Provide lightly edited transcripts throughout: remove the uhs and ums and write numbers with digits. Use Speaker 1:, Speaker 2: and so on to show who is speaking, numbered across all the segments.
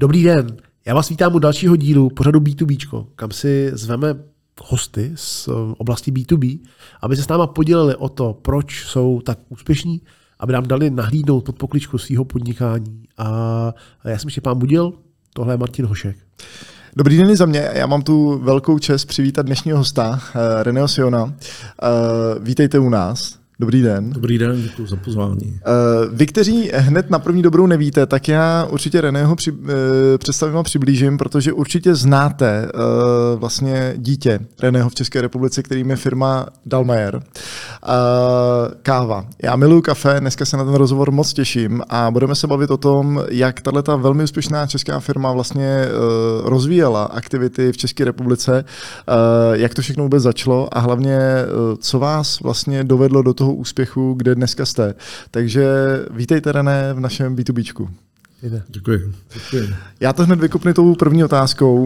Speaker 1: Dobrý den, já vás vítám u dalšího dílu pořadu B2B, kam si zveme hosty z oblasti B2B, aby se s náma podělili o to, proč jsou tak úspěšní, aby nám dali nahlídnout pod pokličku svého podnikání. A já jsem Štěpán Budil, tohle je Martin Hošek.
Speaker 2: Dobrý den i za mě, já mám tu velkou čest přivítat dnešního hosta, Reného Siona. Vítejte u nás. Dobrý den.
Speaker 3: Dobrý den, děkuji za pozvání.
Speaker 2: Vy, kteří hned na první dobrou nevíte, tak já určitě Reného představím a přiblížím, protože určitě znáte vlastně dítě Reného v České republice, kterým je firma Dallmayr. Káva. Já miluju kafe, dneska se na ten rozhovor moc těším a budeme se bavit o tom, jak tato velmi úspěšná česká firma vlastně rozvíjela aktivity v České republice, jak to všechno vůbec začalo a hlavně, co vás vlastně dovedlo do toho úspěchu, kde dneska jste. Takže vítejte, René, v našem B2Bčku.
Speaker 3: Děkuji.
Speaker 2: Já to hned vykupnu tou první otázkou.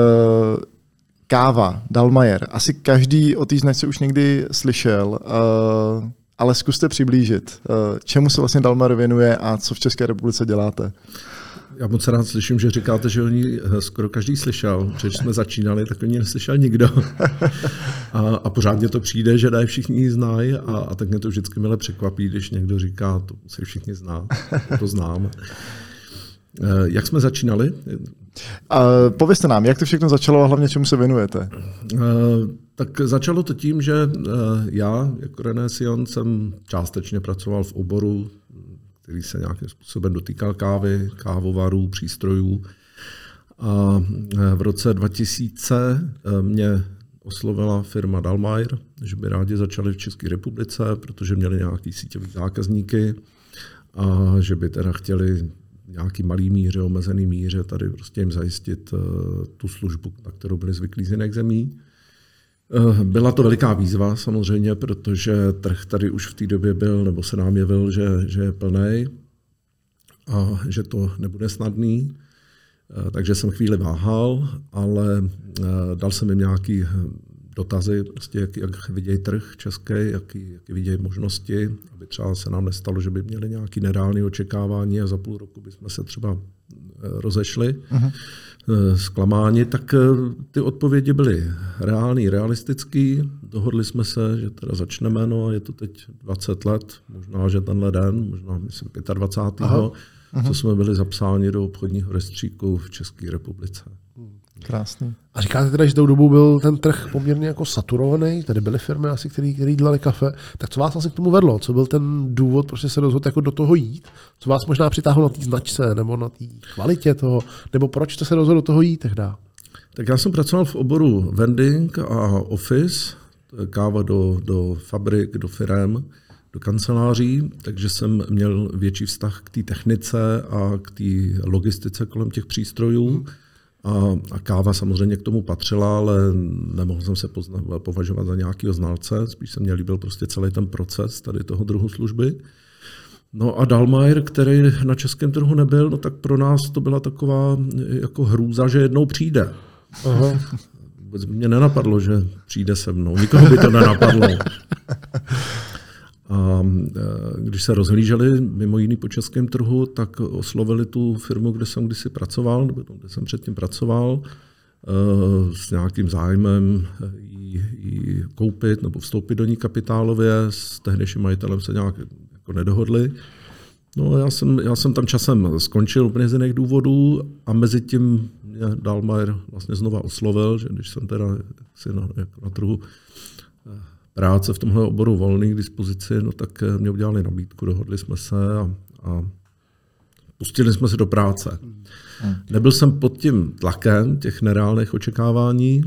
Speaker 2: Káva, Dallmayr. Asi každý o té značce už někdy slyšel, ale zkuste přiblížit. Čemu se vlastně Dallmayr věnuje a co v České republice děláte?
Speaker 3: Já moc rád slyším, že říkáte, že oni skoro každý slyšel. Když jsme začínali, tak oni neslyšel nikdo. A pořádně to přijde, že ne všichni ji znají a tak mě to vždycky mile překvapí, když někdo říká, to musí všichni znát, to znám. Jak jsme začínali?
Speaker 2: Povězte nám, jak to všechno začalo a hlavně čemu se věnujete?
Speaker 3: Tak začalo to tím, že já jako René Sion jsem částečně pracoval v oboru, který se nějakým způsobem dotýkal kávy, kávovarů, přístrojů. A v roce 2000 mě oslovila firma Dallmayr, že by rádi začali v České republice, protože měli nějaký síťový zákazníky a že by teda chtěli nějaký malý míře, omezený míře tady prostě jim zajistit tu službu, na kterou byli zvyklí z jiných zemí. Byla to veliká výzva samozřejmě, protože trh tady už v té době byl, nebo se nám jevil, že je plnej a že to nebude snadný. Takže jsem chvíli váhal, ale dal jsem jim nějaký dotazy, prostě jak vidějí trh český, jaký vidějí možnosti, aby třeba se nám nestalo, že by měli nějaké nereálné očekávání a za půl roku bychom se třeba rozešli. Zklamáni, tak ty odpovědi byly reální, realistický. Dohodli jsme se, že teda začneme, no a je to teď 20 let, možná, že tenhle den, možná myslím 25. Co jsme byli zapsáni do obchodního rejstříku v České republice.
Speaker 2: Krásný.
Speaker 1: A říkáte teda, že tou dobou byl ten trh poměrně jako saturovaný, tady byly firmy asi, které dělali kafe. Tak co vás vlastně k tomu vedlo? Co byl ten důvod, proč se rozhodl jako do toho jít? Co vás možná přitáhlo na té značce nebo na té kvalitě toho? Nebo proč jste se rozhodl do toho jít tehdy?
Speaker 3: Tak já jsem pracoval v oboru vending a office, káva do fabrik, do firem, do kanceláří, takže jsem měl větší vztah k té technice a k té logistice kolem těch přístrojů. A káva samozřejmě k tomu patřila, ale nemohl jsem se považovat za nějakého znalce, spíš se mně líbil prostě celý ten proces tady toho druhu služby. No a Dallmayr, který na českém trhu nebyl, no tak pro nás to byla taková jako hrůza, že jednou přijde. Aha. Vůbec mě nenapadlo, že přijde se mnou, nikoho by to nenapadlo. A když se rozhlíželi mimo jiný po českém trhu, tak oslovili tu firmu, kde jsem kdysi pracoval, nebo kde jsem předtím pracoval, s nějakým zájmem ji koupit nebo vstoupit do ní kapitálově. S tehdejším majitelem se nějak jako nedohodli. No já jsem tam časem skončil úplně z jiných důvodů a mezi tím mě Dallmayr vlastně znova oslovil, že když jsem teda na trhu práce v tomhle oboru volný k dispozici, no tak mě udělali nabídku, dohodli jsme se a pustili jsme se do práce. Nebyl jsem pod tím tlakem těch nereálných očekávání,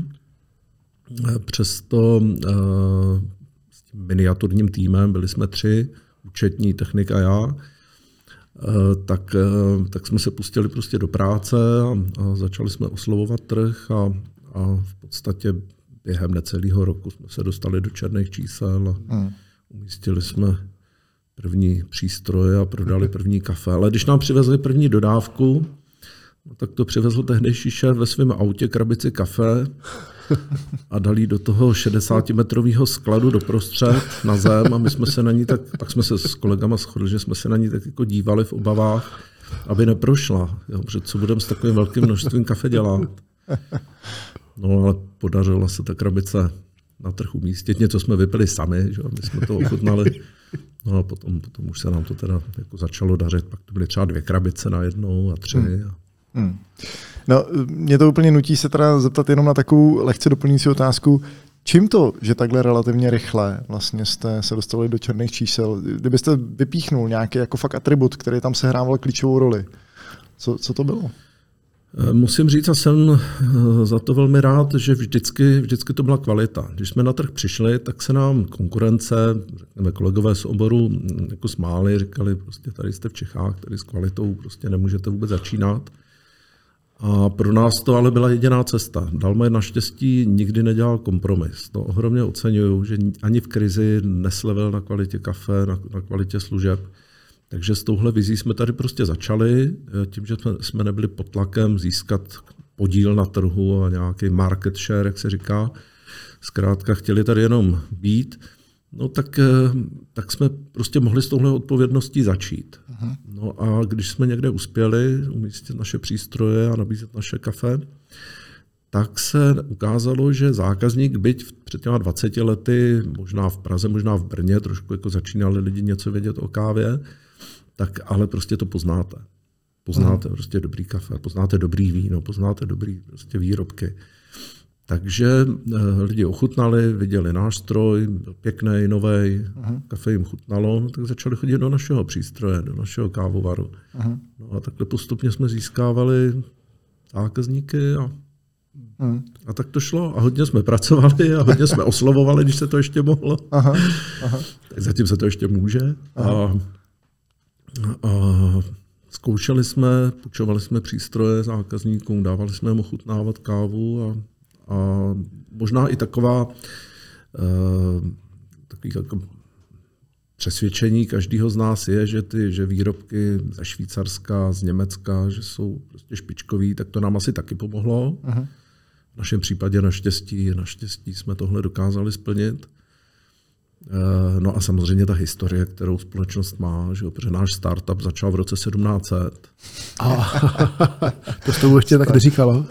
Speaker 3: přesto s tím miniaturním týmem, byli jsme 3, účetní, technik a já, tak jsme se pustili prostě do práce a začali jsme oslovovat trh a v podstatě během necelého roku jsme se dostali do černých čísel a umístili jsme první přístroje a prodali první kafe. Ale když nám přivezli první dodávku, no tak to přivezl tehdejší šéf ve svém autě krabici kafe a dali do toho 60metrového skladu doprostřed na zem a my jsme se na ní tak jsme se s kolegama shodli, že jsme se na ní tak jako dívali v obavách. aby neprošla. Jo, protože co budeme s takovým velkým množstvím kafe dělat? No ale podařilo se ta krabice na trh umístit. Něco jsme vypili sami, že? My jsme to ochutnali. No a potom už se nám to teda jako začalo dařit. Pak to byly třeba 2 krabice najednou a 3.
Speaker 2: No, mě to úplně nutí se teda zeptat jenom na takovou lehce doplňující otázku. Čím to, že takhle relativně rychle vlastně jste se dostali do černých čísel? Kdybyste vypíchnul nějaký jako fakt atribut, který tam sehrával klíčovou roli, co to bylo?
Speaker 3: Musím říct, a jsem za to velmi rád, že vždycky to byla kvalita. Když jsme na trh přišli, tak se nám konkurence, řekněme kolegové z oboru, jako smáli, říkali, prostě tady jste v Čechách, tady s kvalitou prostě nemůžete vůbec začínat. A pro nás to ale byla jediná cesta. Dalmajer naštěstí nikdy nedělal kompromis. To ohromně oceňuju, že ani v krizi neslevil na kvalitě kafe, na kvalitě služeb. Takže s touhle vizí jsme tady prostě začali, tím, že jsme nebyli pod tlakem získat podíl na trhu a nějaký market share, jak se říká. Zkrátka chtěli tady jenom být. No tak jsme prostě mohli s touhle odpovědností začít. No a když jsme někde uspěli umístit naše přístroje a nabízet naše kafe, tak se ukázalo, že zákazník, byť před těma 20 lety, možná v Praze, možná v Brně, trošku jako začínali lidi něco vědět o kávě, tak ale prostě to poznáte. Poznáte prostě dobrý kafe, poznáte dobrý víno, poznáte dobrý prostě výrobky. Takže lidi ochutnali, viděli náš stroj, byl pěkný, novej, kafe jim chutnalo, no, tak začali chodit do našeho přístroje, do našeho kávovaru. No a takhle postupně jsme získávali zákazníky a tak to šlo. A hodně jsme pracovali a hodně jsme oslovovali, když se to ještě mohlo. Tak zatím se to ještě může. A zkoušeli jsme, půjčovali jsme přístroje zákazníkům, dávali jsme jim ochutnávat kávu a možná i takový jako přesvědčení každého z nás je, že výrobky ze Švýcarska, z Německa, že jsou prostě špičkový, tak to nám asi taky pomohlo. V našem případě naštěstí jsme tohle dokázali splnit. No a samozřejmě ta historie, kterou společnost má, že protože náš startup začal v roce 1700.
Speaker 1: To s tomu ještě tak neříkalo?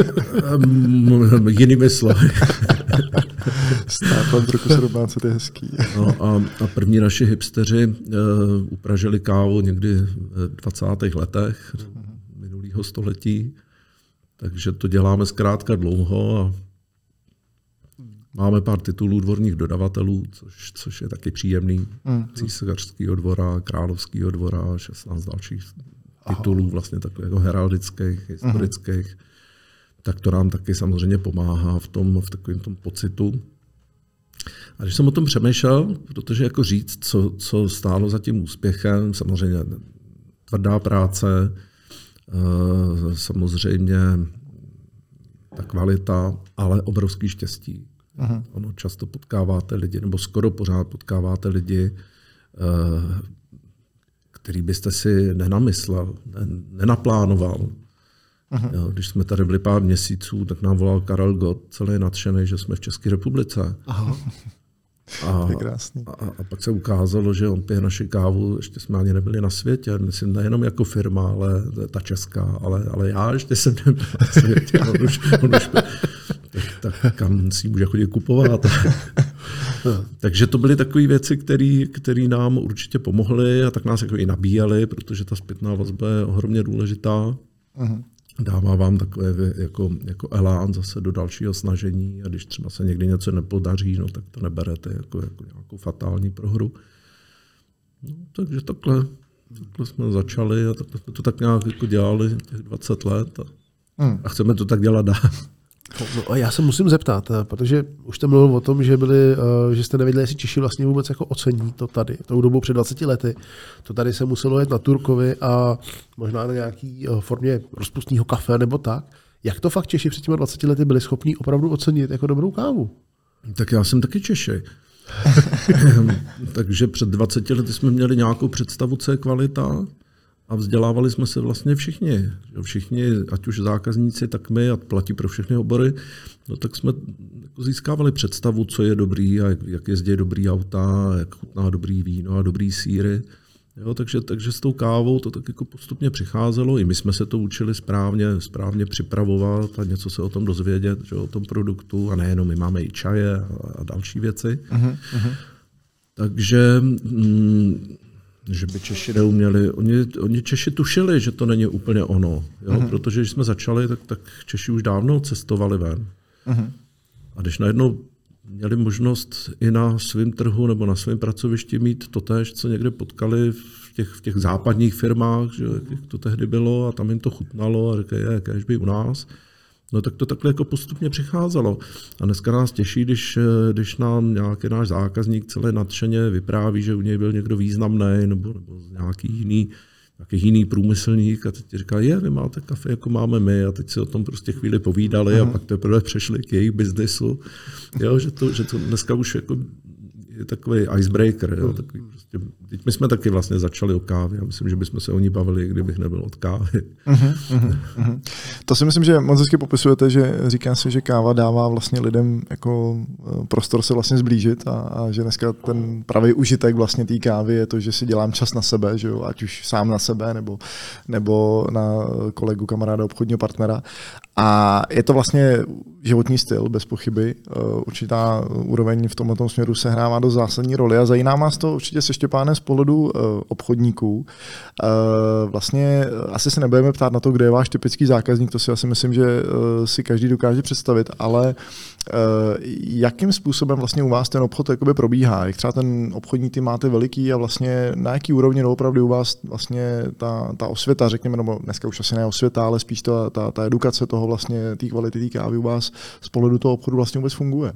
Speaker 3: Jinými slovy.
Speaker 2: Startup z roku 1700 je hezký.
Speaker 3: No a první naši hipsteři upražili kávu někdy v 20. letech minulého století. Takže to děláme zkrátka dlouho a máme pár titulů dvorních dodavatelů, což je taky příjemný. Císařského dvora, Královského dvora, 16 dalších titulů, vlastně takových jako heraldických, historických. Tak to nám taky samozřejmě pomáhá v takovém tom pocitu. A když jsem o tom přemýšlel, protože jako říct, co stálo za tím úspěchem, samozřejmě tvrdá práce, samozřejmě ta kvalita, ale obrovský štěstí. Ono často potkáváte lidi, nebo skoro pořád potkáváte lidi, který byste si nenamyslel, nenaplánoval. Jo, když jsme tady byli pár měsíců, tak nám volal Karel Gott, celý nadšený, že jsme v České republice.
Speaker 2: To je krásný.
Speaker 3: A pak se ukázalo, že on pije naši kávu, ještě jsme ani nebyli na světě, myslím nejenom jako firma, ale ta česká, ale já ještě jsem nebyl na světě. On už tak kam si může chodit kupovat. Takže to byly takové věci, které nám určitě pomohly a tak nás jako i nabíjely, protože ta zpětná vazba je ohromně důležitá. Dává vám takové jako elán zase do dalšího snažení a když třeba se někdy něco nepodaří, no, tak to neberete jako nějakou fatální prohru. No, takže takhle jsme začali a takhle jsme to tak nějak jako dělali těch 20 let a chceme to tak dělat dál.
Speaker 1: No a já se musím zeptat, protože už jste mluvil o tom, že jste nevěděli, jestli Češi vlastně vůbec jako ocení to tady, tou dobou před 20 lety. To tady se muselo jet na Turkovi a možná na nějaký formě rozpustného kafe nebo tak. Jak to fakt Češi před těmi 20 lety byli schopni opravdu ocenit jako dobrou kávu?
Speaker 3: Tak já jsem taky Češi. Takže před 20 lety jsme měli nějakou představu, co je kvalita. A vzdělávali jsme se vlastně všichni. Všichni, ať už zákazníci, tak my, a platí pro všechny obory, no tak jsme jako získávali představu, co je dobrý a jak jezdí dobrý auta, jak chutná dobrý víno a dobrý sýry. Jo, takže s tou kávou to tak jako postupně přicházelo. I my jsme se to učili správně připravovat a něco se o tom dozvědět, že, o tom produktu. A nejenom my máme i čaje a další věci. Takže že by Češi neuměli. Oni Češi tušili, že to není úplně ono. Jo? Protože když jsme začali, tak Češi už dávno cestovali ven. A když najednou měli možnost i na svém trhu nebo na svém pracovišti mít totéž, co někde potkali v těch západních firmách, že jak to tehdy bylo a tam jim to chutnalo a říkají, kéž by u nás. No tak to takhle jako postupně přicházelo. A dneska nás těší, když nám nějaký náš zákazník celé nadšeně vypráví, že u něj byl někdo významný nebo nějaký jiný průmyslník a teď ti říká, vy máte kafe, jako máme my a teď si o tom prostě chvíli povídali a pak teprve přešli k jejich biznesu. Jo, že to dneska už jako je takový icebreaker. Jo, takový prostě, teď my jsme taky vlastně začali o kávě a myslím, že bychom se o ní bavili, kdybych nebyl od kávy.
Speaker 2: To si myslím, že moc hezky popisujete, že říká se, že káva dává vlastně lidem jako prostor se vlastně zblížit a že dneska ten pravý užitek vlastně té kávy je to, že si dělám čas na sebe, že jo, ať už sám na sebe nebo na kolegu, kamaráda, obchodního partnera. A je to vlastně životní styl, bez pochyby. Určitá úroveň v tomto směru se hrává do zásadní roli a zajímá nás to určitě se Štěpánem z pohledu obchodníků. Vlastně asi se nebudeme ptát na to, kde je váš typický zákazník, to si asi myslím, že si každý dokáže představit, ale jakým způsobem vlastně u vás ten obchod jakoby probíhá? Jak třeba ten obchodní tým máte veliký a vlastně na jaký úrovni opravdu u vás vlastně ta osvěta, řekněme, nebo dneska už asi ne osvěta, ale spíš ta edukace toho vlastně, té kvality té kávy u vás z pohledu toho obchodu vlastně vůbec funguje?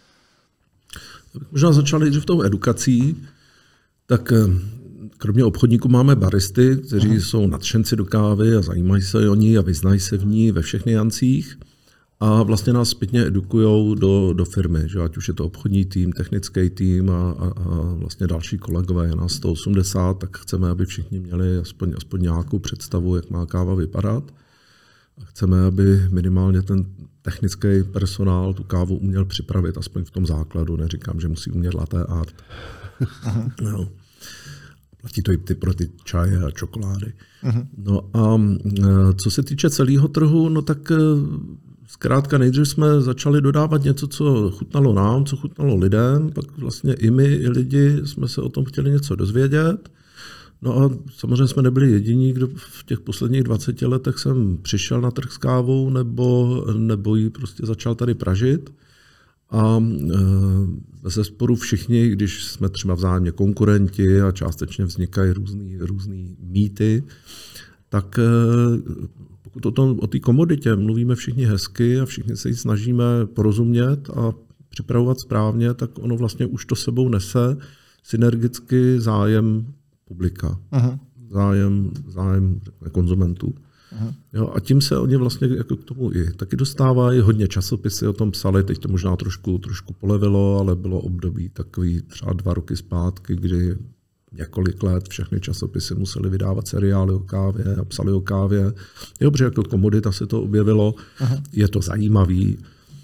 Speaker 3: Možná začali nejdřív tou edukací, tak kromě obchodníků máme baristy, kteří jsou nadšenci do kávy a zajímají se o ní a vyznají se v ní ve všech niancích a vlastně nás zpětně edukujou do firmy, že ať už je to obchodní tým, technický tým a vlastně další kolegové, je nás 180, tak chceme, aby všichni měli aspoň nějakou představu, jak má káva vypadat. A chceme, aby minimálně ten technický personál tu kávu uměl připravit, aspoň v tom základu. Neříkám, že musí umět latte art. No. Platí to i pro ty čaje a čokolády. No a co se týče celého trhu, no tak zkrátka nejdřív jsme začali dodávat něco, co chutnalo nám, co chutnalo lidem, pak vlastně i my, i lidi jsme se o tom chtěli něco dozvědět. No a samozřejmě jsme nebyli jediní, kdo v těch posledních 20 letech jsem přišel na trh s kávou nebo ji prostě začal tady pražit. A bezesporu všichni, když jsme třeba vzájemně konkurenti a částečně vznikají různý mýty, tak pokud o té komoditě mluvíme všichni hezky a všichni se ji snažíme porozumět a připravovat správně, tak ono vlastně už to sebou nese synergicky zájem publika, zájem konzumentů. Jo, a tím se oni vlastně jako k tomu i taky dostávají. Hodně časopisy o tom psali, teď to možná trošku polevilo, ale bylo období takový třeba 2 roky zpátky, kdy několik let všechny časopisy museli vydávat seriály o kávě a psali o kávě. Jo, protože jako komodita se to objevilo, je to zajímavý.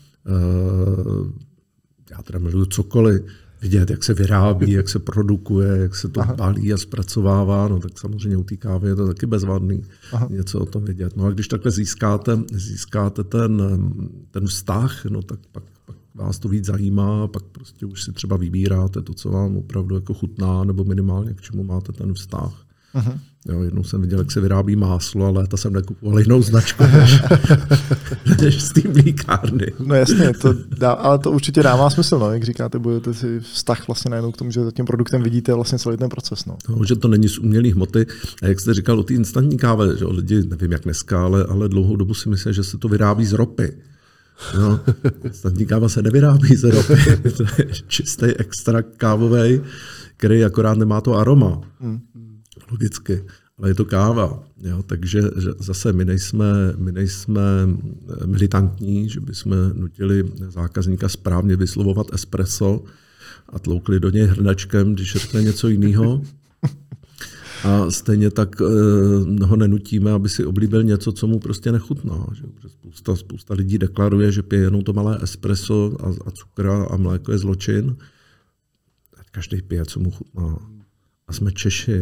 Speaker 3: Já teda miluji cokoliv, vidět, jak se vyrábí, jak se produkuje, jak se to balí a zpracovává, no tak samozřejmě u té kávy je to taky bezvadný něco o tom vědět. No a když takhle získáte ten vztah, no tak pak vás to víc zajímá a pak prostě už si třeba vybíráte to, co vám opravdu jako chutná, nebo minimálně k čemu máte ten vztah. Jo, jednou jsem viděl, jak se vyrábí máslo, ale léta jsem nekupoval jinou značku než z té mlíkárny.
Speaker 2: No jasně, ale to určitě dává smysl, no, jak říkáte, budete si vztah vlastně najednou k tomu, že za tím produktem vidíte vlastně celý ten proces. No.
Speaker 3: No, že to není z umělé hmoty. A jak jste říkal o té instantní kávě, že lidi, nevím jak dneska, ale dlouhou dobu si myslí, že se to vyrábí z ropy. No, instantní káva se nevyrábí z ropy. To je čistý extrakt kávový, který akorát nemá to aroma. Logicky, ale je to káva. Jo? Takže zase my nejsme militantní, že bychom nutili zákazníka správně vyslovovat espresso a tloukli do něj hrnečkem, když řekne něco jiného. A stejně tak ho nenutíme, aby si oblíbil něco, co mu prostě nechutná. Že? Spousta lidí deklaruje, že pije jenom to malé espresso a cukr a mléko je zločin. Každý pije, co mu chutná. A jsme Češi.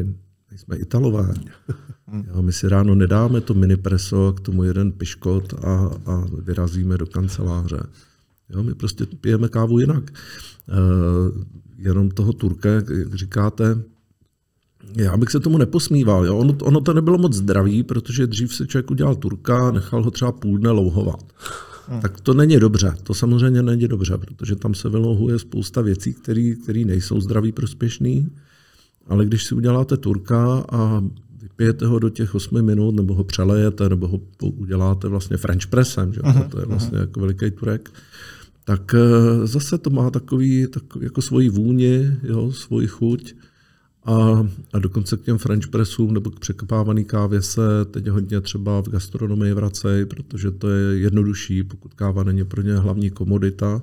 Speaker 3: nejsme Italové. Jo, my si ráno nedáme to minipresso, k tomu jeden piškot a vyrazíme do kanceláře. Jo, my prostě pijeme kávu jinak. Jenom toho Turka, jak říkáte, já bych se tomu neposmíval. Jo. Ono to nebylo moc zdravý, protože dřív se člověk udělal Turka, nechal ho třeba půl dne louhovat. Tak to není dobře. To samozřejmě není dobře, protože tam se vylouhuje spousta věcí, které nejsou zdraví prospěšný. Ale když si uděláte Turka a vypijete ho do těch 8 minut, nebo ho přelejete, nebo ho uděláte vlastně French pressem, že? To je vlastně jako veliký Turek, tak zase to má takový jako svoji vůni, jo, svoji chuť. A dokonce k těm French pressům nebo k překopávané kávě se teď hodně třeba v gastronomii vracejí, protože to je jednodušší, pokud káva není pro ně hlavní komodita,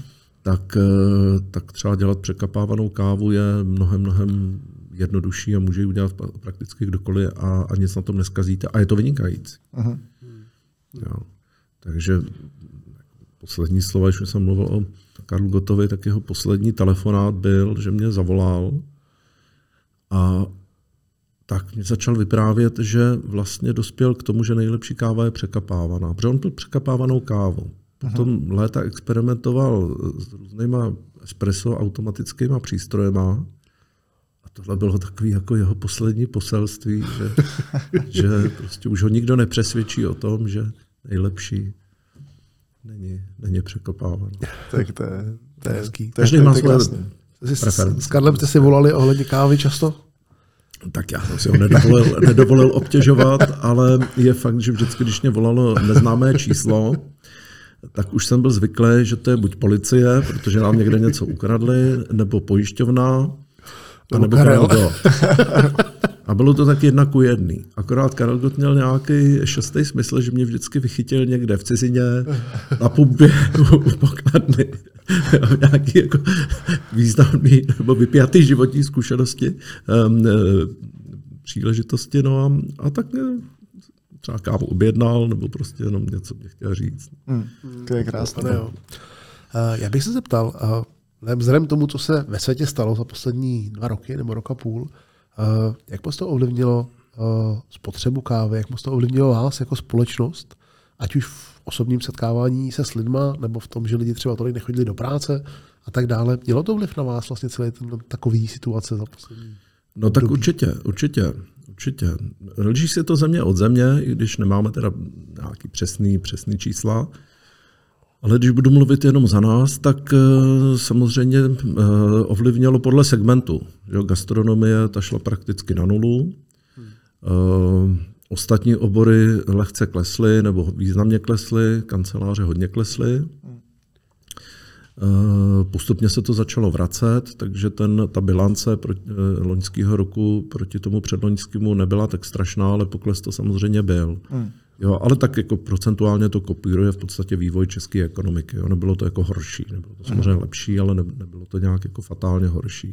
Speaker 3: tak třeba dělat překopávanou kávu je mnohem jednodušší a může ji udělat prakticky kdokoliv a nic na tom neskazíte. A je to vynikající. Jo. Takže poslední slova, když jsem mluvil o Karlu Gottovi, tak jeho poslední telefonát byl, že mě zavolal a tak mě začal vyprávět, že vlastně dospěl k tomu, že nejlepší káva je překapávaná. Protože on byl překapávanou kávou. Potom léta experimentoval s různýma espresso automatickýma přístrojema. A tohle bylo takový jako jeho poslední poselství, že prostě už ho nikdo nepřesvědčí o tom, že nejlepší není překopávaná.
Speaker 2: Tak to je hezký.
Speaker 3: Každý má svoje
Speaker 1: S Karlem jste si volali ohledně kávy často?
Speaker 3: Tak já jsem si ho nedovolil obtěžovat, ale je fakt, že vždycky, když mě volalo neznámé číslo, tak už jsem byl zvyklý, že to je buď policie, protože nám někde něco ukradli, nebo pojišťovna, nebo Karel Gott. A bylo to tak 1:1. Akorát Karel Gott měl nějaký 6. smysl, že mě vždycky vychytil někde v cizině, na pumpě, u pokladny. Nějaký jako významný nebo vypjatý životní zkušenosti, příležitosti. No a tak třeba kávu objednal, nebo prostě jenom něco mě chtěl říct.
Speaker 2: To je krásné.
Speaker 1: Já bych se zeptal, vzhledem tomu, co se ve světě stalo za poslední 2 roky nebo rok a půl, jak moc to ovlivnilo spotřebu kávy, jak moc to ovlivnilo vás jako společnost, ať už v osobním setkávání se s lidma, nebo v tom, že lidi třeba tolik nechodili do práce a tak dále. Mělo to vliv na vás vlastně celý ten takový situace za poslední
Speaker 3: No tak určitě. Liší se to země od země, i když nemáme teda nějaký přesný čísla. Ale když budu mluvit jenom za nás, tak samozřejmě ovlivnilo podle segmentu. Gastronomie ta šla prakticky na nulu. Ostatní obory lehce klesly nebo významně klesly, kanceláře hodně klesly. Postupně se to začalo vracet, takže ta bilance loňského roku proti tomu předloňskému nebyla tak strašná, ale pokles to samozřejmě byl. Jo, ale tak jako procentuálně to kopíruje v podstatě vývoj české ekonomiky. Jo. Nebylo to jako horší, nebylo to samozřejmě lepší, ale nebylo to nějak jako fatálně horší.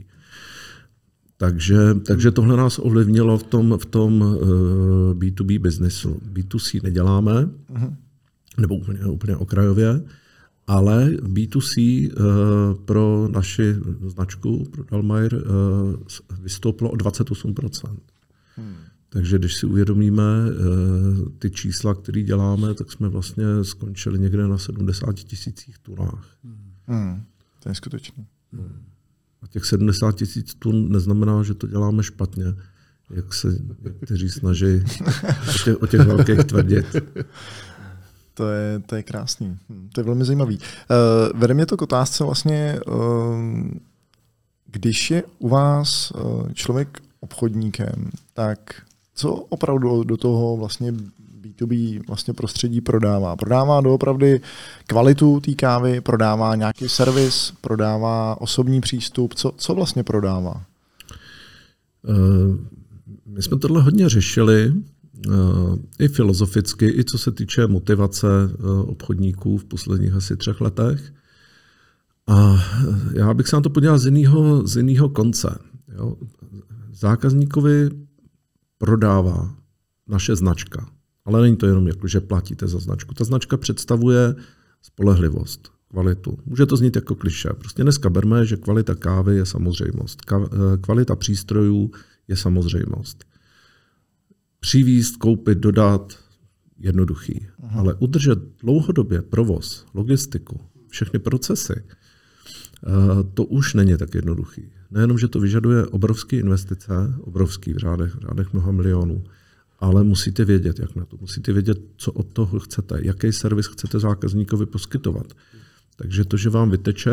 Speaker 3: Takže tohle nás ovlivnilo v tom B2B biznesu. B2C neděláme, nebo úplně okrajově, ale B2C pro naši značku, pro Dallmayr, vystoupilo o 28%. Takže když si uvědomíme ty čísla, které děláme, tak jsme vlastně skončili někde na 70 000 tunách.
Speaker 2: To je skutečné.
Speaker 3: A těch 70 000 tun neznamená, že to děláme špatně, jak se někteří snaží o těch velkých tvrdit.
Speaker 2: To je krásný. To je velmi zajímavý. Vede mě to k otázce vlastně, když je u vás člověk obchodníkem, tak co opravdu do toho vlastně B2B vlastně prostředí prodává? Prodává doopravdy kvalitu té kávy, prodává nějaký servis, prodává osobní přístup, co vlastně prodává?
Speaker 3: My jsme tohle hodně řešili, i filozoficky, i co se týče motivace obchodníků v posledních asi 3 letech. A já bych se na to podíval z jiného konce. Jo. Zákazníkovi prodává naše značka, ale není to jenom jako, že platíte za značku. Ta značka představuje spolehlivost, kvalitu. Může to znít jako klišé. Prostě dneska berme, že kvalita kávy je samozřejmost. Kvalita přístrojů je samozřejmost. Přivízt, koupit, dodat, jednoduchý. Ale udržet dlouhodobě provoz, logistiku, všechny procesy, to už není tak jednoduchý. Nejenom, že to vyžaduje obrovské investice, obrovský v řádech mnoha milionů, ale musíte vědět, jak na to. Musíte vědět, co od toho chcete, jaký servis chcete zákazníkovi poskytovat. Takže to, že vám vyteče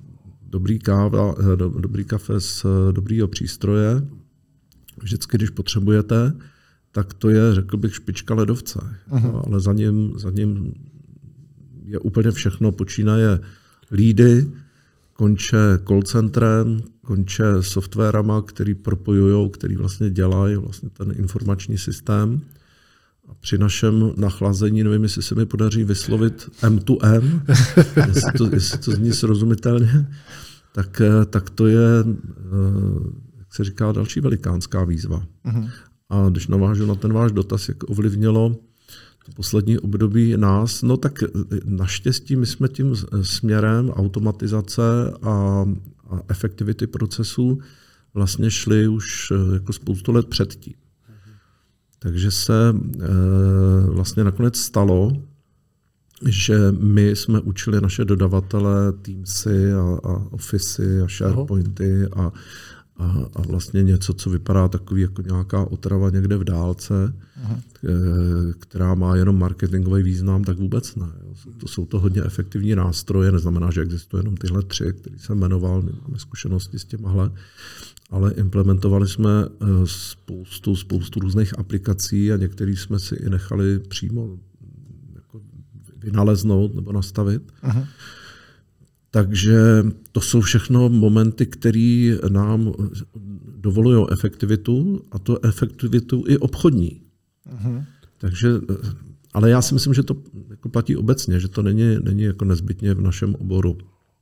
Speaker 3: dobrý kafe z dobrýho přístroje, vždycky, když potřebujete, tak to je, řekl bych, špička ledovce. Ale za ním je úplně všechno. Počínaje lídy, konče call centrem, konče softwarama, který propojujou, který vlastně dělají vlastně ten informační systém. A při našem nachlazení, nevím, jestli se mi podaří vyslovit M2M, jestli to zní srozumitelně, tak to je, jak se říká, další velikánská výzva. A když navážu na ten váš dotaz, jak ovlivnilo to poslední období nás, no tak naštěstí my jsme tím směrem automatizace a efektivity procesů vlastně šli už jako spoustu let předtím. Takže se vlastně nakonec stalo, že my jsme učili naše dodavatele Teamsy a Office a SharePointy a vlastně něco, co vypadá takový jako nějaká otrava někde v dálce, která má jenom marketingový význam, tak vůbec ne. To jsou to hodně efektivní nástroje, neznamená, že existují jenom tyhle 3, který jsem jmenoval, my máme zkušenosti s těmahle, ale implementovali jsme spoustu různých aplikací a některý jsme si i nechali přímo jako vynaleznout nebo nastavit. Takže to jsou všechno momenty, které nám dovolují efektivitu, a to efektivitu i obchodní. Takže, ale já si myslím, že to jako platí obecně, že to není jako nezbytně v našem oboru.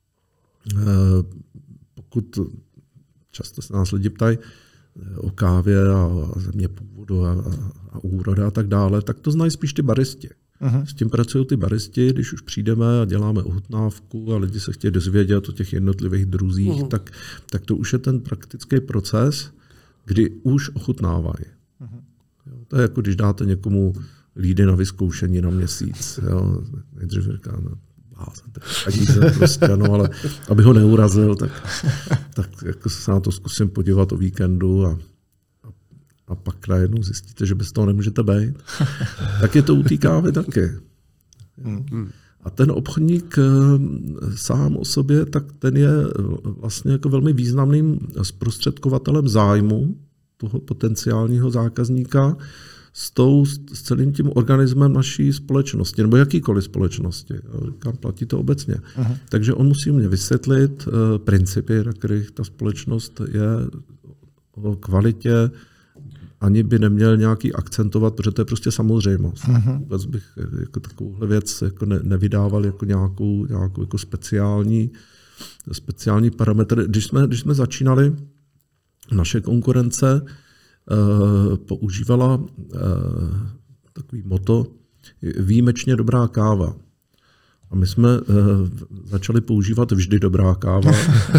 Speaker 3: Pokud často se nás lidi ptají o kávě a země původu a úroda a tak dále, tak to znají spíš ty baristi. S tím pracují ty baristi, když už přijdeme a děláme ochutnávku a lidi se chtějí dozvědět o těch jednotlivých druzích, tak to už je ten praktický proces, kdy už ochutnávají. To je jako když dáte někomu lídy na vyzkoušení na měsíc. Jo. Nejdřív říká, prostě, no, ale aby ho neurazil, tak jako se na to zkusím podívat o víkendu a pak najednou zjistíte, že bez toho nemůžete být. Tak je to u té kávy taky. A ten obchodník sám o sobě, tak ten je vlastně jako velmi významným zprostředkovatelem zájmu toho potenciálního zákazníka s celým tím organismem naší společnosti, nebo jakýkoliv společnosti. Říkám, platí to obecně. Takže on musí mě vysvětlit principy, na kterých ta společnost je, o kvalitě, ani by neměl nějaký akcentovat, protože to je prostě samozřejmost. Vůbec bych jako takovouhle věc jako nevydával jako nějakou jako speciální parametr. Když jsme začínali, naše konkurence používala takový motto výjimečně dobrá káva. A my jsme začali používat vždy dobrá káva.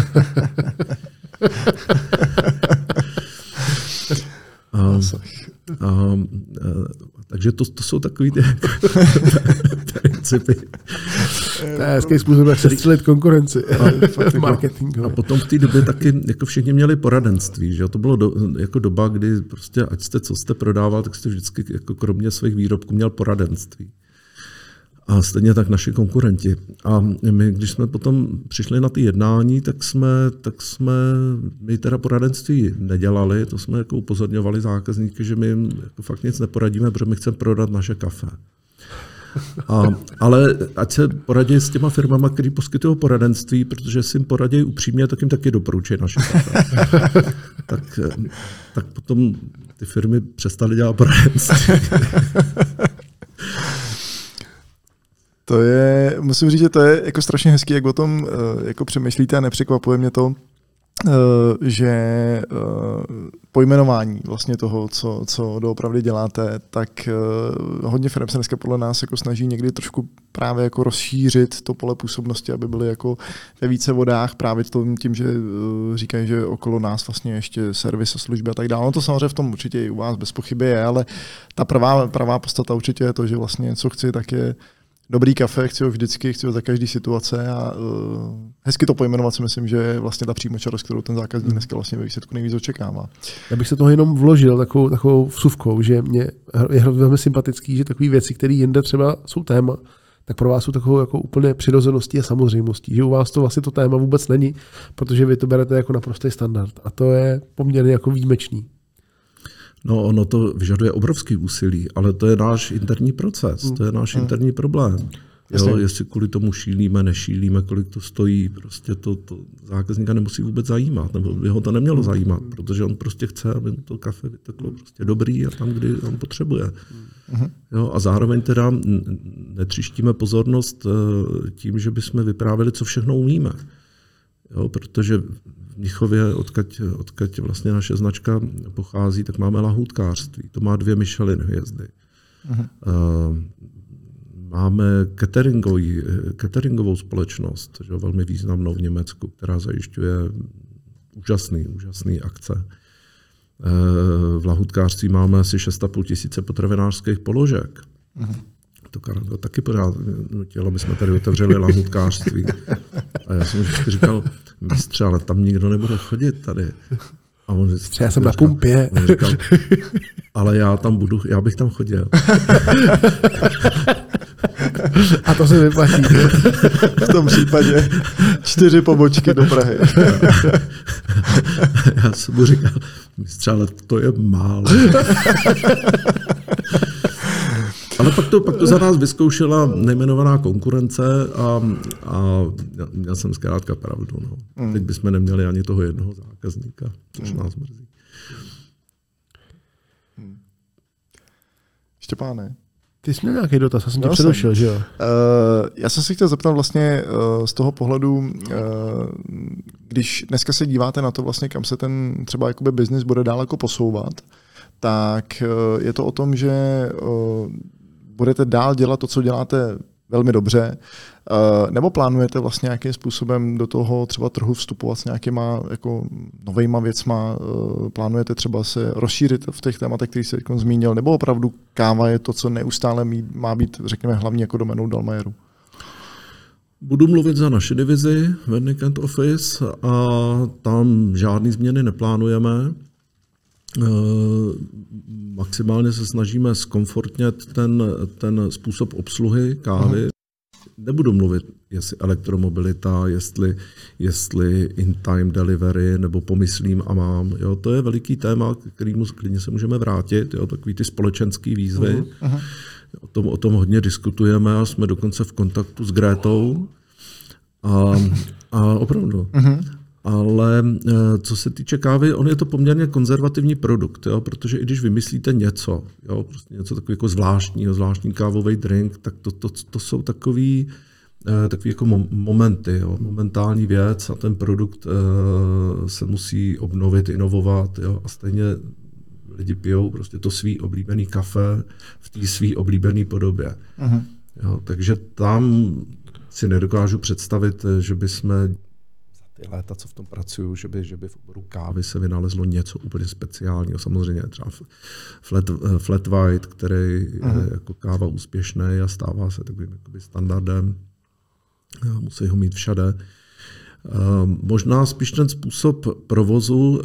Speaker 3: Takže to jsou takový ty principy.
Speaker 1: To je hezký způsob, jak se střelit konkurenci v marketingu.
Speaker 3: A potom v té době taky jako všichni měli poradenství. Že? To bylo jako doba, kdy prostě ať jste co jste prodával, tak jste vždycky jako kromě svých výrobků měl poradenství. A stejně tak naši konkurenti. A my, když jsme potom přišli na ty jednání, tak jsme my teda poradenství nedělali, to jsme jako upozorňovali zákazníky, že my jim jako fakt nic neporadíme, protože my chceme prodat naše kafe. Ale ať se poradí s těma firmama, které poskytují poradenství, protože si jim poradí upřímně, tak jim taky doporučí naše kafe. tak potom ty firmy přestaly dělat poradenství.
Speaker 2: To je, musím říct, že to je jako strašně hezký, jak o tom jako přemýšlíte a nepřekvapuje mě to. že pojmenování vlastně toho, co doopravdy děláte, tak hodně firm se dneska podle nás jako snaží někdy trošku právě jako rozšířit to pole působnosti, aby byly jako ve více vodách právě tím, že říkají, že okolo nás vlastně ještě servis a služby a tak dále. No to samozřejmě v tom určitě i u vás bez pochyby je, ale ta pravá podstata určitě je to, že vlastně co chci, tak je dobrý kafe, chci ho vždycky, chci ho za každý situace a hezky to pojmenovat si myslím, že je vlastně ta přímočarost, kterou ten zákazník dneska vlastně ve výsledku nejvíc očekává.
Speaker 1: Já bych se toho jenom vložil takovou vsuvkou, že mě je velmi sympatický, že takové věci, které jinde třeba jsou téma, tak pro vás jsou takovou jako úplně přirozeností a samozřejmostí, že u vás to vlastně to téma vůbec není, protože vy to berete jako naprostý standard a to je poměrně jako výjimečný.
Speaker 3: No, ono to vyžaduje obrovský úsilí, ale to je náš interní proces, to je náš interní problém. Jo, jestli kvůli tomu šílíme, nešílíme, kolik to stojí, prostě to zákazníka nemusí vůbec zajímat, nebo by ho to nemělo zajímat, protože on prostě chce, aby to kafe vyteklo prostě dobrý a tam, kdy on potřebuje. Jo, a zároveň teda netříštíme pozornost tím, že bychom vyprávěli, co všechno umíme. Jo, protože v Mnichově, odkud vlastně naše značka pochází, tak máme lahůdkářství. To má 2 Michelin hvězdy. Máme cateringovou společnost, že, velmi významnou v Německu, která zajišťuje úžasný akce. V lahůdkářství máme asi 6,5 tisíce potravinářských položek. To Karel taky pořád nutil, aby jsme tady otevřeli lahůdkářství. A já jsem vždycky říkal, mistře, ale tam nikdo nebude chodit tady. A on říkal,
Speaker 1: já jsem na pumpě.
Speaker 3: On říkal, ale já bych tam chodil.
Speaker 1: A to se vyplatí.
Speaker 2: V tom případě 4 pobočky do Prahy.
Speaker 3: Já jsem mu říkal, mistře, ale to je málo. Ale pak to za nás vyzkoušela nejmenovaná konkurence a měl jsem zkrátka pravdu. No. Teď bychom neměli ani toho jednoho zákazníka, což nás mrzí.
Speaker 2: Štěpáne.
Speaker 1: Ty jsi měl nějaký dotaz, já jsem tě předošel, že jo?
Speaker 2: Já jsem si chtěl zeptat vlastně z toho pohledu, když dneska se díváte na to vlastně, kam se ten třeba jakoby biznis bude dál jako posouvat, tak je to o tom, že budete dál dělat to, co děláte velmi dobře, nebo plánujete vlastně nějakým způsobem do toho třeba trhu vstupovat s nějakýma jako novejma věcma, plánujete třeba se rozšířit v těch tématech, který jste zmínil, nebo opravdu káva je to, co neustále má být, řekněme, hlavně jako doménou Dallmayeru?
Speaker 3: Budu mluvit za naši divizi Wernick & Office a tam žádný změny neplánujeme. Maximálně se snažíme zkomfortnět ten způsob obsluhy kávy. Nebudu mluvit, jestli elektromobilita, jestli in-time delivery, nebo pomyslím a mám. Jo, to je veliký téma, kterému klidně se můžeme vrátit. Jo, takový ty společenský výzvy. O tom hodně diskutujeme a jsme dokonce v kontaktu s Grétou. A opravdu. Ale co se týče kávy, on je to poměrně konzervativní produkt, jo, protože i když vymyslíte něco, jo, prostě něco takového jako zvláštní kávový drink, tak to jsou takový jako momenty, jo, momentální věc a ten produkt se musí obnovit, inovovat, jo, a stejně lidi pijou prostě to svý oblíbený kafe v té svý oblíbené podobě. Jo, takže tam si nedokážu představit, že bychom ty léta, co v tom pracuju, že by v oboru kávy se vynalezlo něco úplně speciálního. Samozřejmě třeba flat white, který je jako káva úspěšný a stává se takovým standardem. Musí ho mít všade. Možná spíš ten způsob provozu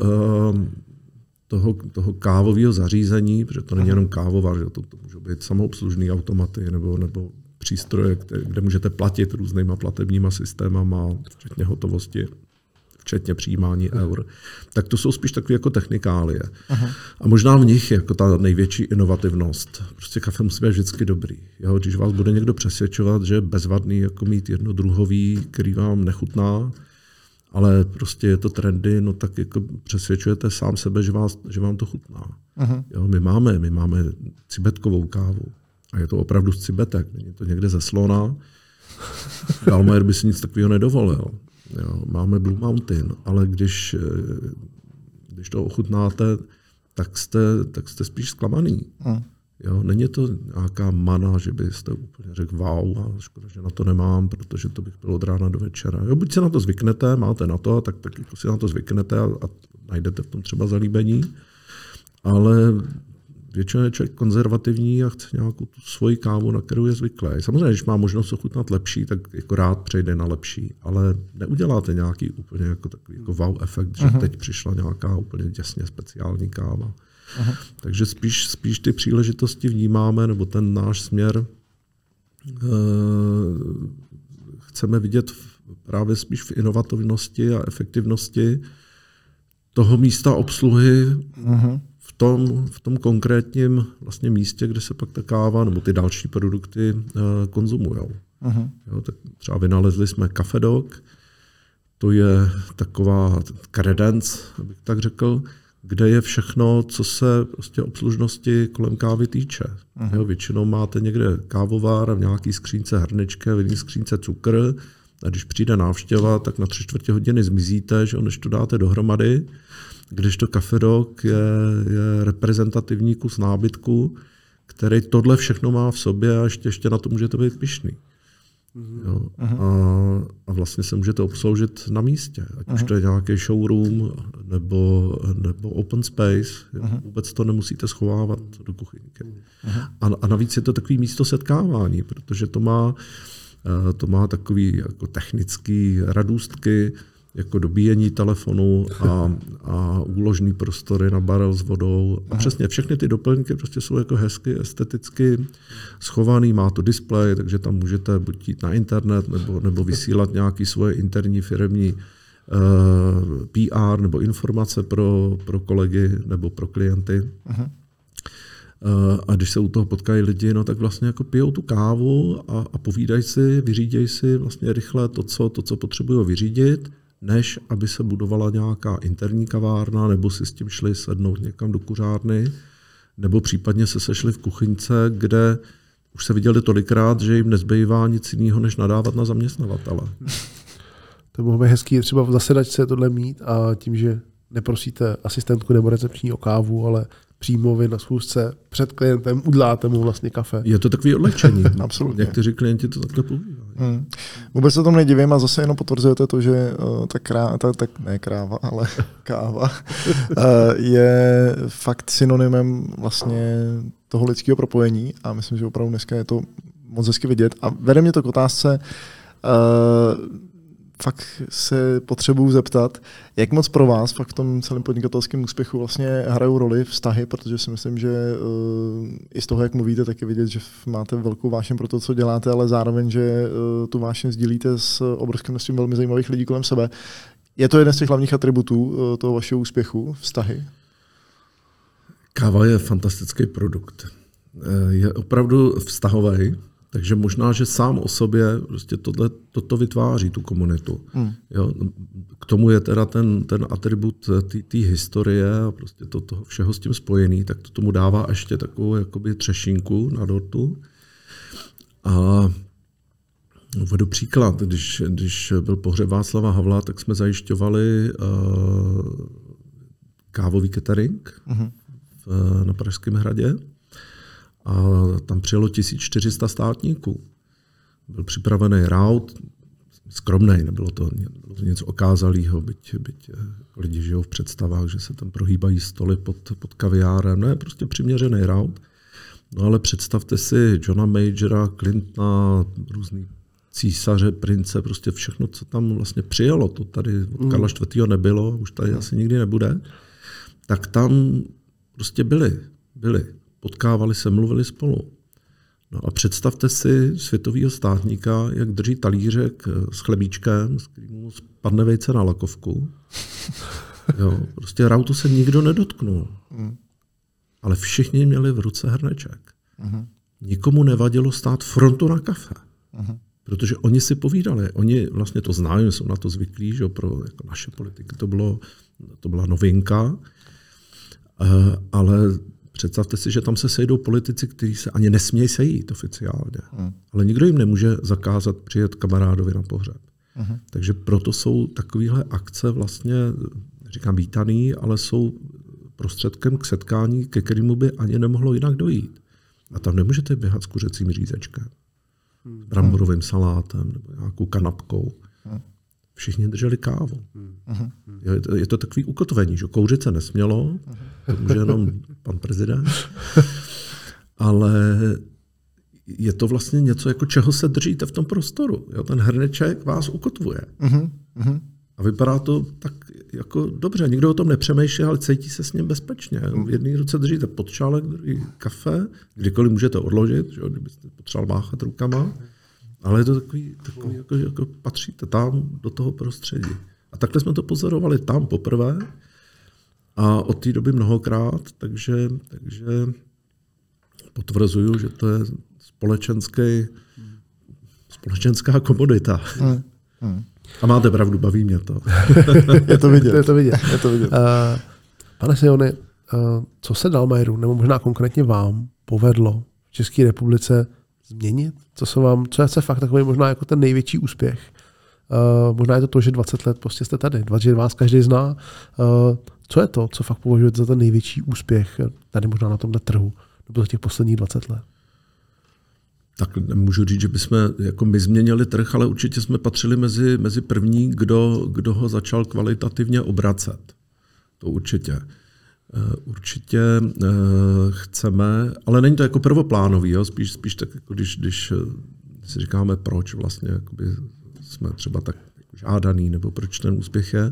Speaker 3: toho kávového zařízení, protože to není jenom kávovar, že to můžou být samoobslužné automaty nebo přístroje, kde můžete platit různýma platebníma systémama, včetně hotovosti, včetně přijímání eur. Tak to jsou spíš takové jako technikálie. A možná v nich je jako ta největší inovativnost. Prostě kafe musí být vždycky dobrý. Jo? Když vás bude někdo přesvědčovat, že je bezvadný jako mít jedno druhový, který vám nechutná, ale prostě je to trendy, no tak jako přesvědčujete sám sebe, že vám to chutná. Jo? My máme cibetkovou kávu. A je to opravdu z cibetek, není to někde ze slona. Dallmayer by si nic takového nedovolil. Jo, máme Blue Mountain, ale když to ochutnáte, tak jste spíš zklamaný. Jo, není to nějaká mana, že byste úplně řekl wow, a škoda, že na to nemám, protože to bych byl od rána do večera. Jo, buď se na to zvyknete, máte na to, tak jako si na to zvyknete a najdete v tom třeba zalíbení, ale většinou je člověk konzervativní a chce nějakou tu svoji kávu, na kterou je zvyklý. Samozřejmě, když má možnost ochutnat lepší, tak jako rád přejde na lepší, ale neuděláte nějaký úplně jako takový jako wow efekt, že teď přišla nějaká úplně děsně speciální káva. Aha. Takže spíš ty příležitosti vnímáme, nebo ten náš směr chceme vidět právě spíš v inovativnosti a efektivnosti toho místa obsluhy v tom konkrétním vlastně místě, kde se pak ta káva nebo ty další produkty konzumujou. Jo, tak třeba vynalezli jsme Cafe Dog, to je taková credence, abych tak řekl, kde je všechno, co se prostě obslužnosti kolem kávy týče. Jo, většinou máte někde kávovar, v nějaký skřínce hrnečky, v jiný skřínce cukr, a když přijde návštěva, tak na 3/4 hodiny zmizíte, že než to dáte dohromady, kdežto Cafe Dog je reprezentativní kus nábytku, který tohle všechno má v sobě a ještě na to můžete být pyšný. Jo. A vlastně se můžete obsloužit na místě, ať už to je nějaký showroom nebo open space. Vůbec to nemusíte schovávat do kuchyňky. A navíc je to takový místo setkávání, protože to má takový jako technický radůstky, jako dobíjení telefonu a úložný prostory na barel s vodou. A přesně všechny ty doplňky prostě jsou jako hezky, esteticky schovaný, má to displej, takže tam můžete buď jít na internet nebo vysílat nějaké svoje interní firemní PR nebo informace pro kolegy nebo pro klienty. A když se u toho potkají lidi, no tak vlastně jako pijou tu kávu a povídají si, vyřídějí si vlastně rychle to, co potřebují vyřídit, než aby se budovala nějaká interní kavárna, nebo si s tím šli sednout někam do kuřárny, nebo případně se sešli v kuchyňce, kde už se viděli tolikrát, že jim nezbývá nic jiného, než nadávat na zaměstnavatele.
Speaker 1: To bylo by hezký třeba v zasedačce tohle mít a tím, že neprosíte asistentku nebo recepční o kávu, ale přímo vy na schůzce před klientem udláte mu vlastně kafe.
Speaker 3: Je to takový odlečení.
Speaker 2: Absolutně.
Speaker 3: Někteří klienti to takhle používají.
Speaker 2: Vůbec se tomu nedivím a zase jenom potvrzujete to, že káva je fakt synonymem vlastně toho lidského propojení a myslím, že opravdu dneska je to moc hezky vidět. A vede mě to k otázce, fakt se potřebuju zeptat, jak moc pro vás fakt v tom celém podnikatelském úspěchu vlastně hrajou roli vztahy, protože si myslím, že i z toho, jak mluvíte, tak je vidět, že máte velkou vášeň pro to, co děláte, ale zároveň, že tu vášeň sdílíte s obrovským množstvím velmi zajímavých lidí kolem sebe. Je to jeden z těch hlavních atributů toho vašeho úspěchu, vztahy?
Speaker 3: Káva je fantastický produkt. Je opravdu vztahový. Takže možná, že sám o sobě prostě toto vytváří, tu komunitu. Jo? K tomu je teda ten atribut té historie a prostě toho všeho s tím spojený, tak to tomu dává ještě takovou jakoby třešinku na dortu. A uvedu příklad, když byl pohřeb Václava Havla, tak jsme zajišťovali kávový catering na Pražském hradě. A tam přijelo 1400 státníků. Byl připravený raut, skromnej, nebylo to nic okázalého, byť lidi žijou v představách, že se tam prohýbají stoly pod kaviárem. Ne, prostě přiměřený raut. No ale představte si Johna Majora, Clintona, různý císaře, prince, prostě všechno, co tam vlastně přijelo. To tady od Karla IV. Nebylo, už tady asi nikdy nebude. Tak tam prostě byli. Potkávali se, mluvili spolu. No a představte si světového státníka, jak drží talířek s chlebíčkem, s kterým mu spadne vejce na lakovku. Jo, prostě rautu se nikdo nedotknul. Ale všichni měli v ruce hrneček. Nikomu nevadilo stát frontu na kafe. Protože oni si povídali. Oni vlastně to znají, jsou na to zvyklí, že pro jako naše politiky to byla novinka. Ale představte si, že tam se sejdou politici, kteří se ani nesmějí sejít oficiálně. Ale nikdo jim nemůže zakázat přijet kamarádovi na pohřeb. Takže proto jsou takovéhle akce vlastně, říkám vítaný, ale jsou prostředkem k setkání, ke kterému by ani nemohlo jinak dojít. A tam nemůžete běhat s kuřecím řízečkem, s bramborovým salátem nebo nějakou kanapkou. Všichni drželi kávu. Je to takový ukotvení, že kouřit se nesmělo, to může jenom pan prezident, ale je to vlastně něco, jako čeho se držíte v tom prostoru. Jo? Ten hrneček vás ukotvuje. A vypadá to tak jako dobře. Nikdo o tom nepřemýšlí, ale cítí se s ním bezpečně. V jedné ruce držíte podšálek, druhý kafe, kdykoliv můžete odložit, že? Kdybyste potřeboval máchat rukama. Ale je to takový jako patříte tam do toho prostředí. A takhle jsme to pozorovali tam poprvé a od té doby mnohokrát, takže potvrzuju, že to je společenská komodita. A máte pravdu, baví mě to.
Speaker 2: Je to vidět.
Speaker 1: Je to vidět. Pane Siony, co se Dalmayeru, nebo možná konkrétně vám, povedlo v České republice změnit? Co je fakt takový možná jako ten největší úspěch? Možná je to, že 20 let prostě jste tady, že vás každý zná. Co je to, co fakt považujete za ten největší úspěch tady možná na tomhle trhu, nebo za těch posledních 20 let?
Speaker 3: Tak nemůžu říct, že bychom jako my změnili trh, ale určitě jsme patřili mezi první, kdo ho začal kvalitativně obracet. To určitě. Určitě chceme, ale není to jako prvoplánový, jo? Spíš tak, jako když si říkáme, proč vlastně jakoby jsme třeba tak žádaný, nebo proč ten úspěch je,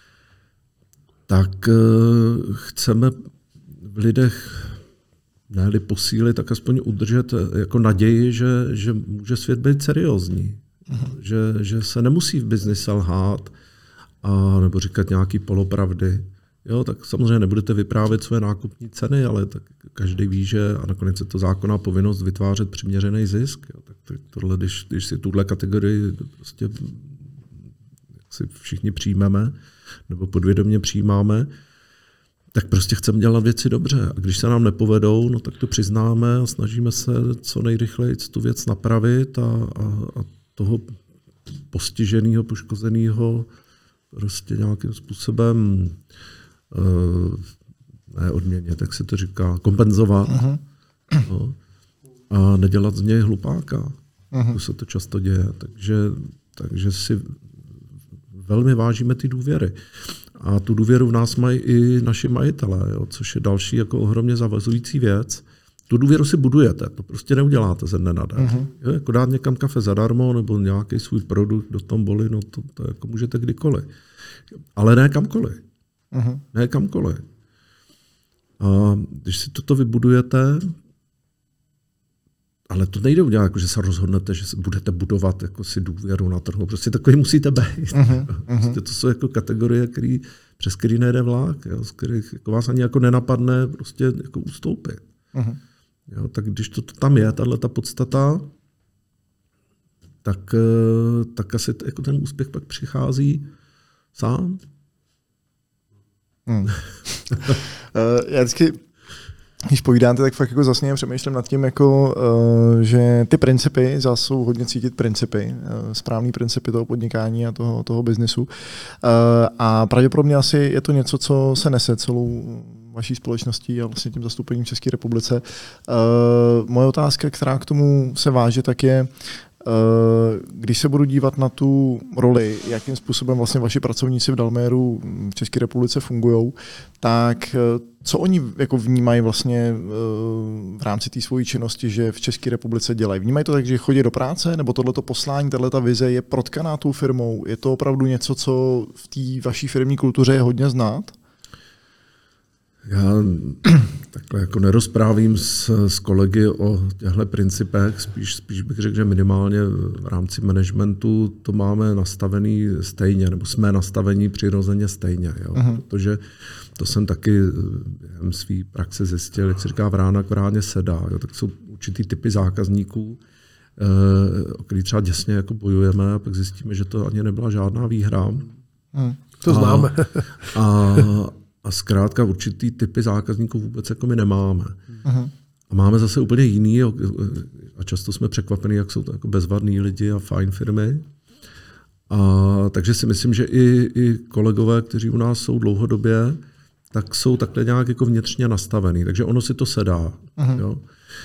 Speaker 3: tak chceme v lidech ne-li posílit, tak aspoň udržet jako naději, že může svět být seriózní. Že se nemusí v biznise lhát nebo říkat nějaký polopravdy. Jo, tak samozřejmě nebudete vyprávět své nákupní ceny, ale tak každý ví, že a nakonec je to zákonná povinnost vytvářet přiměřený zisk. Jo, tak tohle, když si tuhle kategorii prostě si všichni přijmeme nebo podvědomě přijímáme, tak prostě chceme dělat věci dobře. A když se nám nepovedou, no tak to přiznáme a snažíme se co nejrychleji tu věc napravit a toho postiženého, poškozeného prostě nějakým způsobem ne odměnit, tak se to říká, kompenzovat. No, a nedělat z něj hlupáka. To se to často děje. Takže si velmi vážíme ty důvěry. A tu důvěru v nás mají i naši majitelé, jo, což je další jako ohromně zavazující věc. Tu důvěru si budujete, to prostě neuděláte ze dne na den. Jo, jako dát někam kafe zadarmo nebo nějaký svůj produkt do tomboli, no to jako můžete kdykoliv. Ale ne kamkoliv. Ne kamkoliv. A když si toto vybudujete, ale to nejde udělat, jako že se rozhodnete, že budete budovat jako si důvěru na trhu. Prostě takový musíte být. Prostě to jsou jako kategorie, přes který nejde vlák, jo, z kterých jako vás ani jako nenapadne prostě jako ustoupit. Jo, tak když to tam je, tato podstata, tak asi jako ten úspěch pak přichází sám.
Speaker 2: Já vždycky, když povídáte, tak fakt jako zasněně přemýšlím nad tím, jako, že ty principy, zase jsou hodně cítit principy, správný principy toho podnikání a toho biznesu. A pravděpodobně asi je to něco, co se nese celou vaší společností a vlastně tím zastoupením v České republice. Moje otázka, která k tomu se váže, tak je, když se budu dívat na tu roli, jakým způsobem vlastně vaši pracovníci v Dalmayeru v České republice fungují, tak co oni jako vnímají vlastně v rámci té svojí činnosti, že v České republice dělají? Vnímají to tak, že chodí do práce, nebo tohleto poslání, tato vize je protkaná tou firmou? Je to opravdu něco, co v té vaší firmní kultuře je hodně znát?
Speaker 3: Já takhle jako nerozprávím s kolegy o těchto principech, spíš bych řekl, že minimálně v rámci managementu to máme nastavený stejně, nebo jsme nastavení přirozeně stejně. Jo? Protože to jsem taky během své praxe zjistil, jak se říká vrána k vráně sedá. Jo? Tak jsou určitý typy zákazníků, o který třeba děsně jako bojujeme a pak zjistíme, že to ani nebyla žádná výhra.
Speaker 1: To známe.
Speaker 3: A zkrátka určitý typy zákazníků vůbec jako my nemáme. A máme zase úplně jiný a často jsme překvapení, jak jsou to jako bezvadní lidi a fajn firmy. Takže si myslím, že i kolegové, kteří u nás jsou dlouhodobě, tak jsou takhle nějak jako vnitřně nastavený. Takže ono si to sedá. Jo?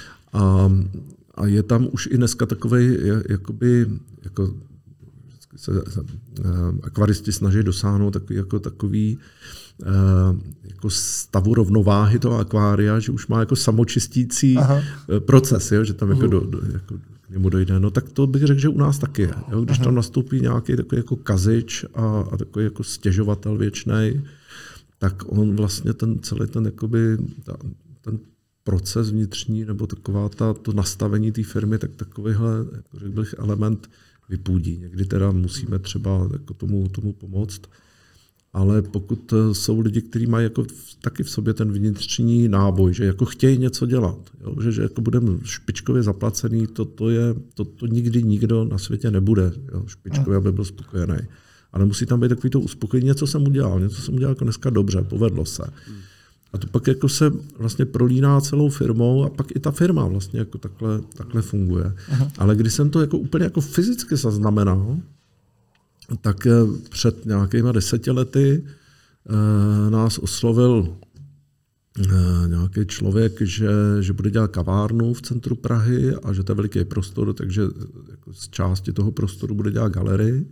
Speaker 3: A je tam už i dneska takovej, jakoby, jako se akvaristi snaží dosáhnout takový jako stavu rovnováhy toho akvária, že už má jako samočistící proces, jo? Že tam jako jako k němu dojde. No tak to bych řekl, že u nás taky je. Jo? Když tam nastoupí nějaký takový jako kazič a takový jako stěžovatel věčnej, tak on vlastně celý ten jakoby, ten proces vnitřní nebo taková to nastavení té firmy, tak takovýhle, jako řekl bych, element vypůdí. Někdy teda musíme třeba jako tomu pomoct, ale pokud jsou lidi, kteří mají jako taky v sobě ten vnitřní náboj, že jako chtějí něco dělat, jo? Že jako budeme špičkově zaplacený, to nikdy nikdo na světě nebude, jo? Špičkově, aby byl spokojený. Ale musí tam být takový to uspokojení, něco jsem udělal jako dneska dobře, povedlo se. A to pak jako se vlastně prolíná celou firmou a pak i ta firma vlastně jako takhle funguje. Ale když jsem to jako úplně jako fyzicky zaznamenal, tak před nějakýma 10 lety nás oslovil nějaký člověk, že bude dělat kavárnu v centru Prahy a že to je veliký prostor, takže jako z části toho prostoru bude dělat galerii.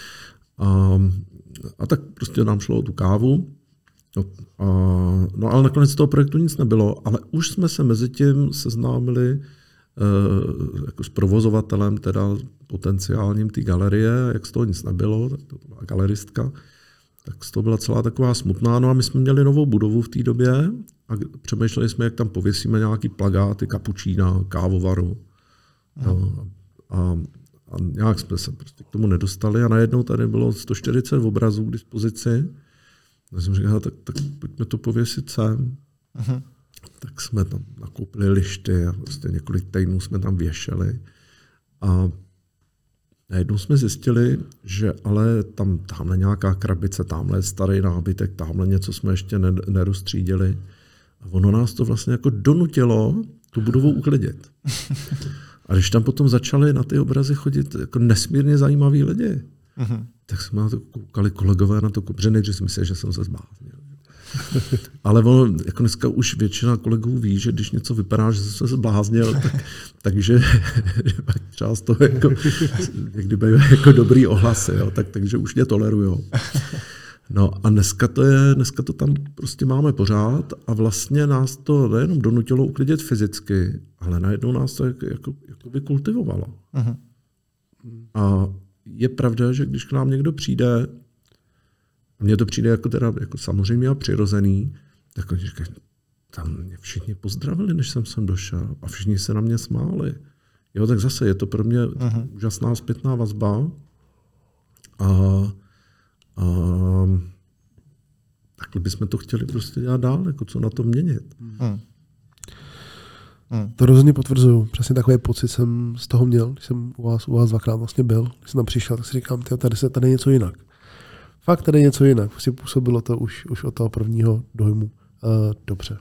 Speaker 3: A tak prostě nám šlo o tu kávu. No ale nakonec z toho projektu nic nebylo, ale už jsme se mezi tím seznámili jako s provozovatelem, teda potenciálním té galerie, jak z toho nic nebylo, tak to byla galeristka, tak z toho byla celá taková smutná. No a my jsme měli novou budovu v té době a přemýšleli jsme, jak tam pověsíme nějaký plagáty, kapučína, kávovaru. No, a nějak jsme se prostě k tomu nedostali a najednou tady bylo 140 obrazů k dispozici. Já jsem říkal, tak pojďme to pověsit sem. Tak jsme tam nakoupili lišty a prostě několik týdnů jsme tam věšeli. A najednou jsme zjistili, že ale tamhle nějaká krabice, tamhle starý nábytek, tamhle něco jsme ještě nerozstřídili. A ono nás to vlastně jako donutilo tu budovu uklidit. A když tam potom začali na ty obrazy chodit jako nesmírně zajímaví lidi, tak jsme na to koukali kolegové na to, protože nejdřív si mysleli, že jsem se zbláznil. Ale ono, jako dneska už většina kolegů ví, že když něco vypadá, že jsem se zbláznil, takže třeba z toho jako, někdy bývají jako dobrý ohlasy, jo, takže už mě tolerujou. No a dneska to tam prostě máme pořád a vlastně nás to nejenom donutilo uklidit fyzicky, ale najednou nás to jako vykultivovalo. A je pravda, že když k nám někdo přijde, a mně to přijde jako samozřejmě a přirozený, tak oni říkají, tam mě všichni pozdravili, než jsem sem došel a všichni se na mě smáli. Jo, tak zase je to pro mě úžasná zpětná vazba a takhle bychom to chtěli prostě dělat dál, jako co na to měnit.
Speaker 1: To rozhodně potvrzuju. Přesně takový pocit jsem z toho měl, když jsem u vás dvakrát vlastně byl. Když jsem tam přišel, tak si říkám, tady je něco jinak. Fakt tady je něco jinak. Prostě působilo to už od toho prvního dojmu dobře.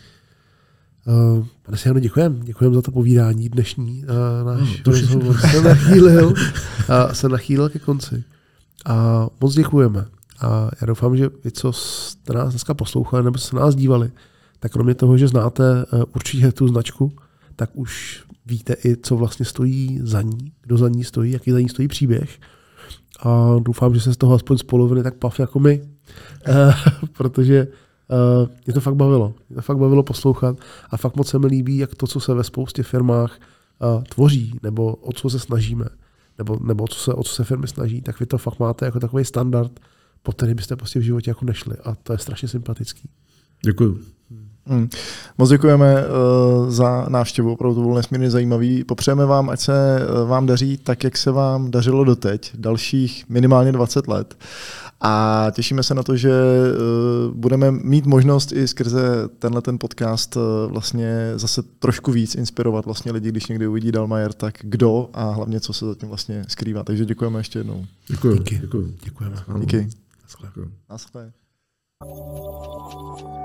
Speaker 1: Pane Siano, děkujeme za to povídání dnešní. Náš rozhovor se nachýlil ke konci. A moc děkujeme. A já doufám, že vy, co jste nás dneska poslouchali nebo se nás dívali, tak kromě toho, že znáte určitě tu značku, tak už víte i, co vlastně stojí za ní, kdo za ní stojí, jaký za ní stojí příběh. A doufám, že se z toho aspoň z poloviny tak pav jako my, protože mě to fakt bavilo. Mě to fakt bavilo poslouchat a fakt moc se mi líbí, jak to, co se ve spoustě firmách tvoří, nebo o co se snažíme, nebo o co se firmy snaží, tak vy to fakt máte jako takový standard, po který byste prostě v životě jako nešli. A to je strašně sympatický.
Speaker 3: Děkuju.
Speaker 2: Moc děkujeme za návštěvu, opravdu to bylo nesmírně zajímavý. Popřejeme vám, ať se vám daří tak, jak se vám dařilo doteď, dalších minimálně 20 let. A těšíme se na to, že budeme mít možnost i skrze ten podcast vlastně zase trošku víc inspirovat vlastně lidi, když někdy uvidí Dallmayr, tak kdo a hlavně co se zatím vlastně skrývá. Takže děkujeme ještě jednou.
Speaker 3: Děkuju.
Speaker 1: Děkujeme.
Speaker 2: Díky.
Speaker 1: Naschle.
Speaker 2: Naschle.